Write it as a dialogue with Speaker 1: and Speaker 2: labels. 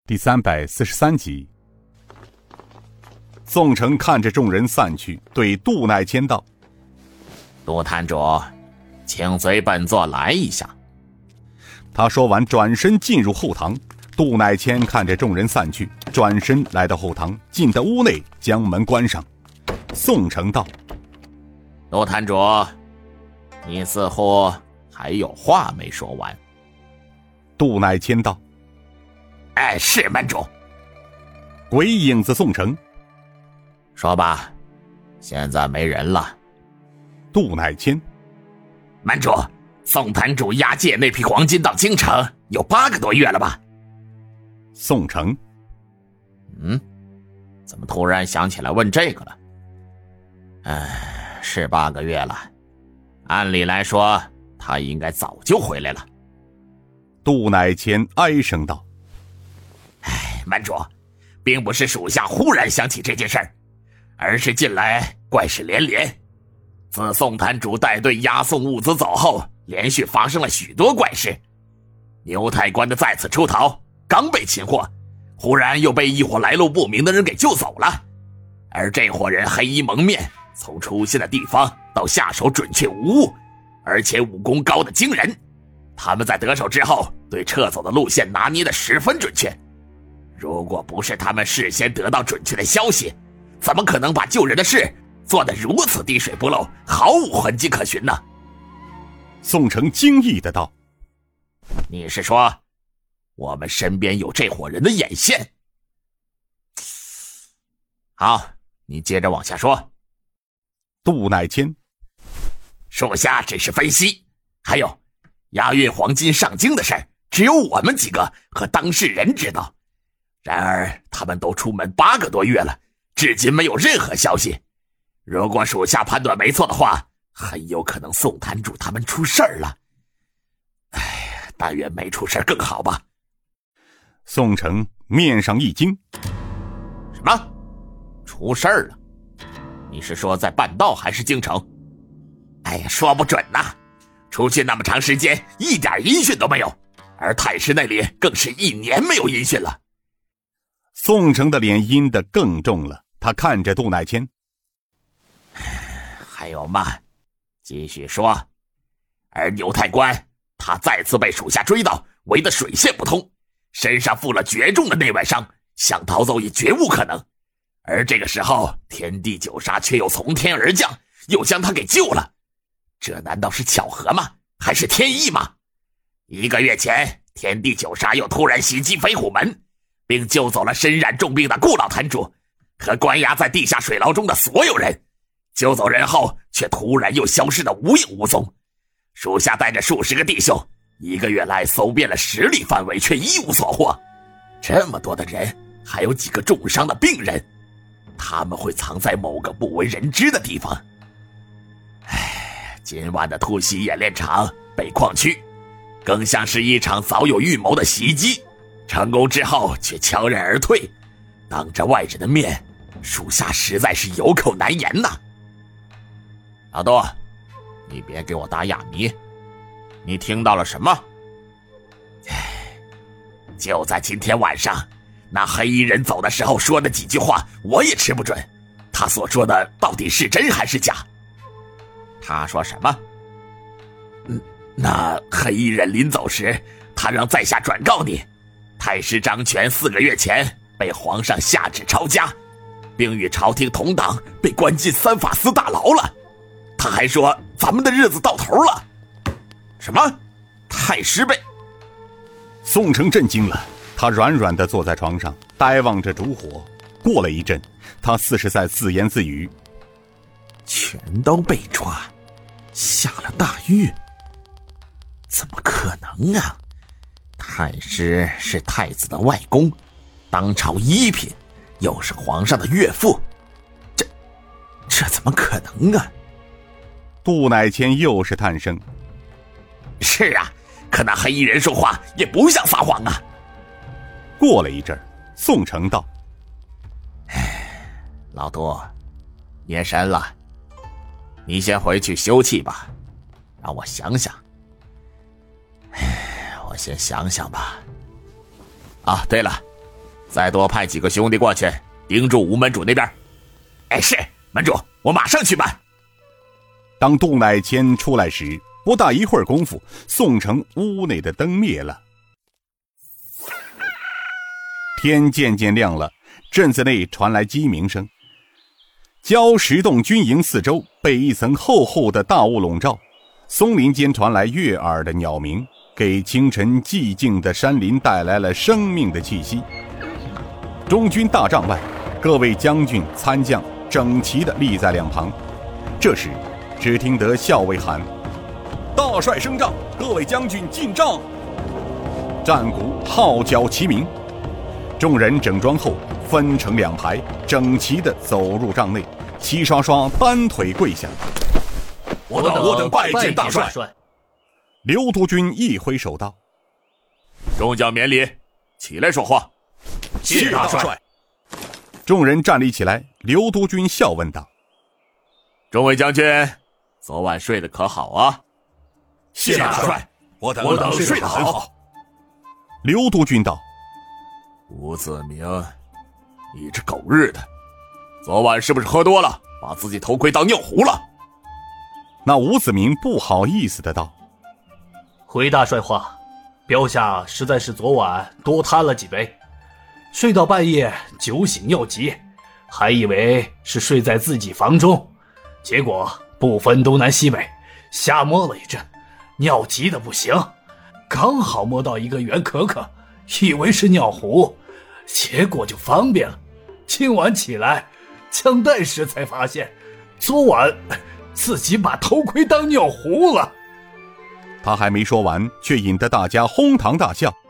Speaker 1: 第343集。宋城看着众人散去，对杜乃谦道：
Speaker 2: 杜坛主，请随本座来一下。
Speaker 1: 他说完转身进入后堂。杜乃谦看着众人散去，转身来到后堂，进到屋内，将门关上。宋城道：
Speaker 2: 杜坛主，你似乎还有话没说完。
Speaker 1: 杜乃谦道：
Speaker 2: 是门主。
Speaker 1: 鬼影子宋城：
Speaker 2: 说吧，现在没人了。
Speaker 1: 杜乃谦：
Speaker 2: 门主，宋坛主押解那批黄金到京城有8个多月了吧？
Speaker 1: 宋城：
Speaker 2: 怎么突然想起来问这个了？是8个月了，按理来说他应该早就回来了。
Speaker 1: 杜乃谦哀声道：
Speaker 2: 门主，并不是属下忽然想起这件事儿，而是近来怪事连连。自宋坛主带队押送物资走后，连续发生了许多怪事。牛太官的再次出逃，刚被擒获，忽然又被一伙来路不明的人给救走了。而这伙人黑衣蒙面，从出现的地方到下手准确无误，而且武功高得惊人。他们在得手之后，对撤走的路线拿捏得十分准确。如果不是他们事先得到准确的消息，怎么可能把救人的事做得如此滴水不漏，毫无痕迹可循呢？
Speaker 1: 宋城惊异的道：
Speaker 2: 你是说我们身边有这伙人的眼线？好，你接着往下说。
Speaker 1: 杜乃谦：
Speaker 2: 属下只是分析，还有押运黄金上京的事儿，只有我们几个和当事人知道。然而他们都出门8个多月了，至今没有任何消息。如果属下判断没错的话，很有可能宋坛主他们出事儿了。但愿没出事更好吧。
Speaker 1: 宋城面上一惊：
Speaker 2: 什么？出事儿了？你是说在半道还是京城？说不准呐。出去那么长时间，一点音讯都没有，而太师那里更是1年没有音讯了。
Speaker 1: 宋城的脸阴得更重了，他看着杜乃谦：
Speaker 2: 还有吗？继续说。而牛太官他再次被属下追到，围得水泄不通，身上负了绝重的内外伤，想逃走也绝无可能。而这个时候，天地九杀却又从天而降，又将他给救了。这难道是巧合吗？还是天意吗？1个月前，天地九杀又突然袭击飞虎门，并救走了身染重病的顾老坛主和关押在地下水牢中的所有人。救走人后，却突然又消失得无影无踪。属下带着数十个弟兄，1个月来搜遍了10里范围，却一无所获。这么多的人，还有几个重伤的病人，他们会藏在某个不为人知的地方。今晚的突袭演练场北矿区，更像是一场早有预谋的袭击，成功之后却悄然而退。当着外人的面，属下实在是有口难言呐。老杜，你别给我打哑谜，你听到了什么？就在今天晚上，那黑衣人走的时候说的几句话，我也吃不准，他所说的到底是真还是假？他说什么？那黑衣人临走时，他让在下转告你，太师张全4个月前被皇上下旨抄家，并与朝廷同党被关进3法司大牢了。他还说咱们的日子到头了。什么？太师被……
Speaker 1: 宋城震惊了，他软软地坐在床上，呆望着烛火。过了一阵，他似是在自言自语：
Speaker 2: 全都被抓，下了大狱？怎么可能啊？太师是太子的外公，当朝一品，又是皇上的岳父，这怎么可能啊？
Speaker 1: 杜乃谦又是叹声：
Speaker 2: 是啊，可那黑衣人说话也不像撒谎啊。
Speaker 1: 过了一阵，宋城道：
Speaker 2: 老杜，夜深了，你先回去休憩吧，让我想想。我先想想吧。啊，对了， 再多派几个兄弟过去盯住吴门主那边。哎，是门主，我马上去办。
Speaker 1: 当杜乃谦出来时，不大一会儿功夫，宋城屋内的灯灭了，天渐渐亮了，镇子内传来鸡鸣声。礁石洞军营四周被一层厚厚的大雾笼罩，松林间传来悦耳的鸟鸣，给清晨寂静的山林带来了生命的气息。中军大帐外，各位将军参将整齐地立在两旁。这时只听得校尉喊：大帅升帐，各位将军进帐。战鼓号角齐鸣，众人整装后分成两排，整齐地走入帐内，齐刷刷单腿跪下。
Speaker 2: 我等拜见大帅。
Speaker 1: 刘督军一挥手道：
Speaker 2: 众将免礼，起来说话。
Speaker 1: 谢大帅。众人站立起来，刘督军笑问道：
Speaker 2: 众位将军，昨晚睡得可好啊？
Speaker 1: 谢大帅，
Speaker 2: 我等睡得很好。
Speaker 1: 刘督军道：
Speaker 2: 吴子明，你这狗日的，昨晚是不是喝多了，把自己头盔当尿壶了？
Speaker 1: 那吴子明不好意思的道：
Speaker 3: 回大帅话，标下实在是昨晚多贪了几杯，睡到半夜酒醒尿急，还以为是睡在自己房中，结果不分东南西北，瞎摸了一阵，尿急的不行，刚好摸到一个圆壳壳，以为是尿壶，结果就方便了。今晚起来枪弹时才发现，昨晚自己把头盔当尿壶了。
Speaker 1: 他还没说完，却引得大家哄堂大笑。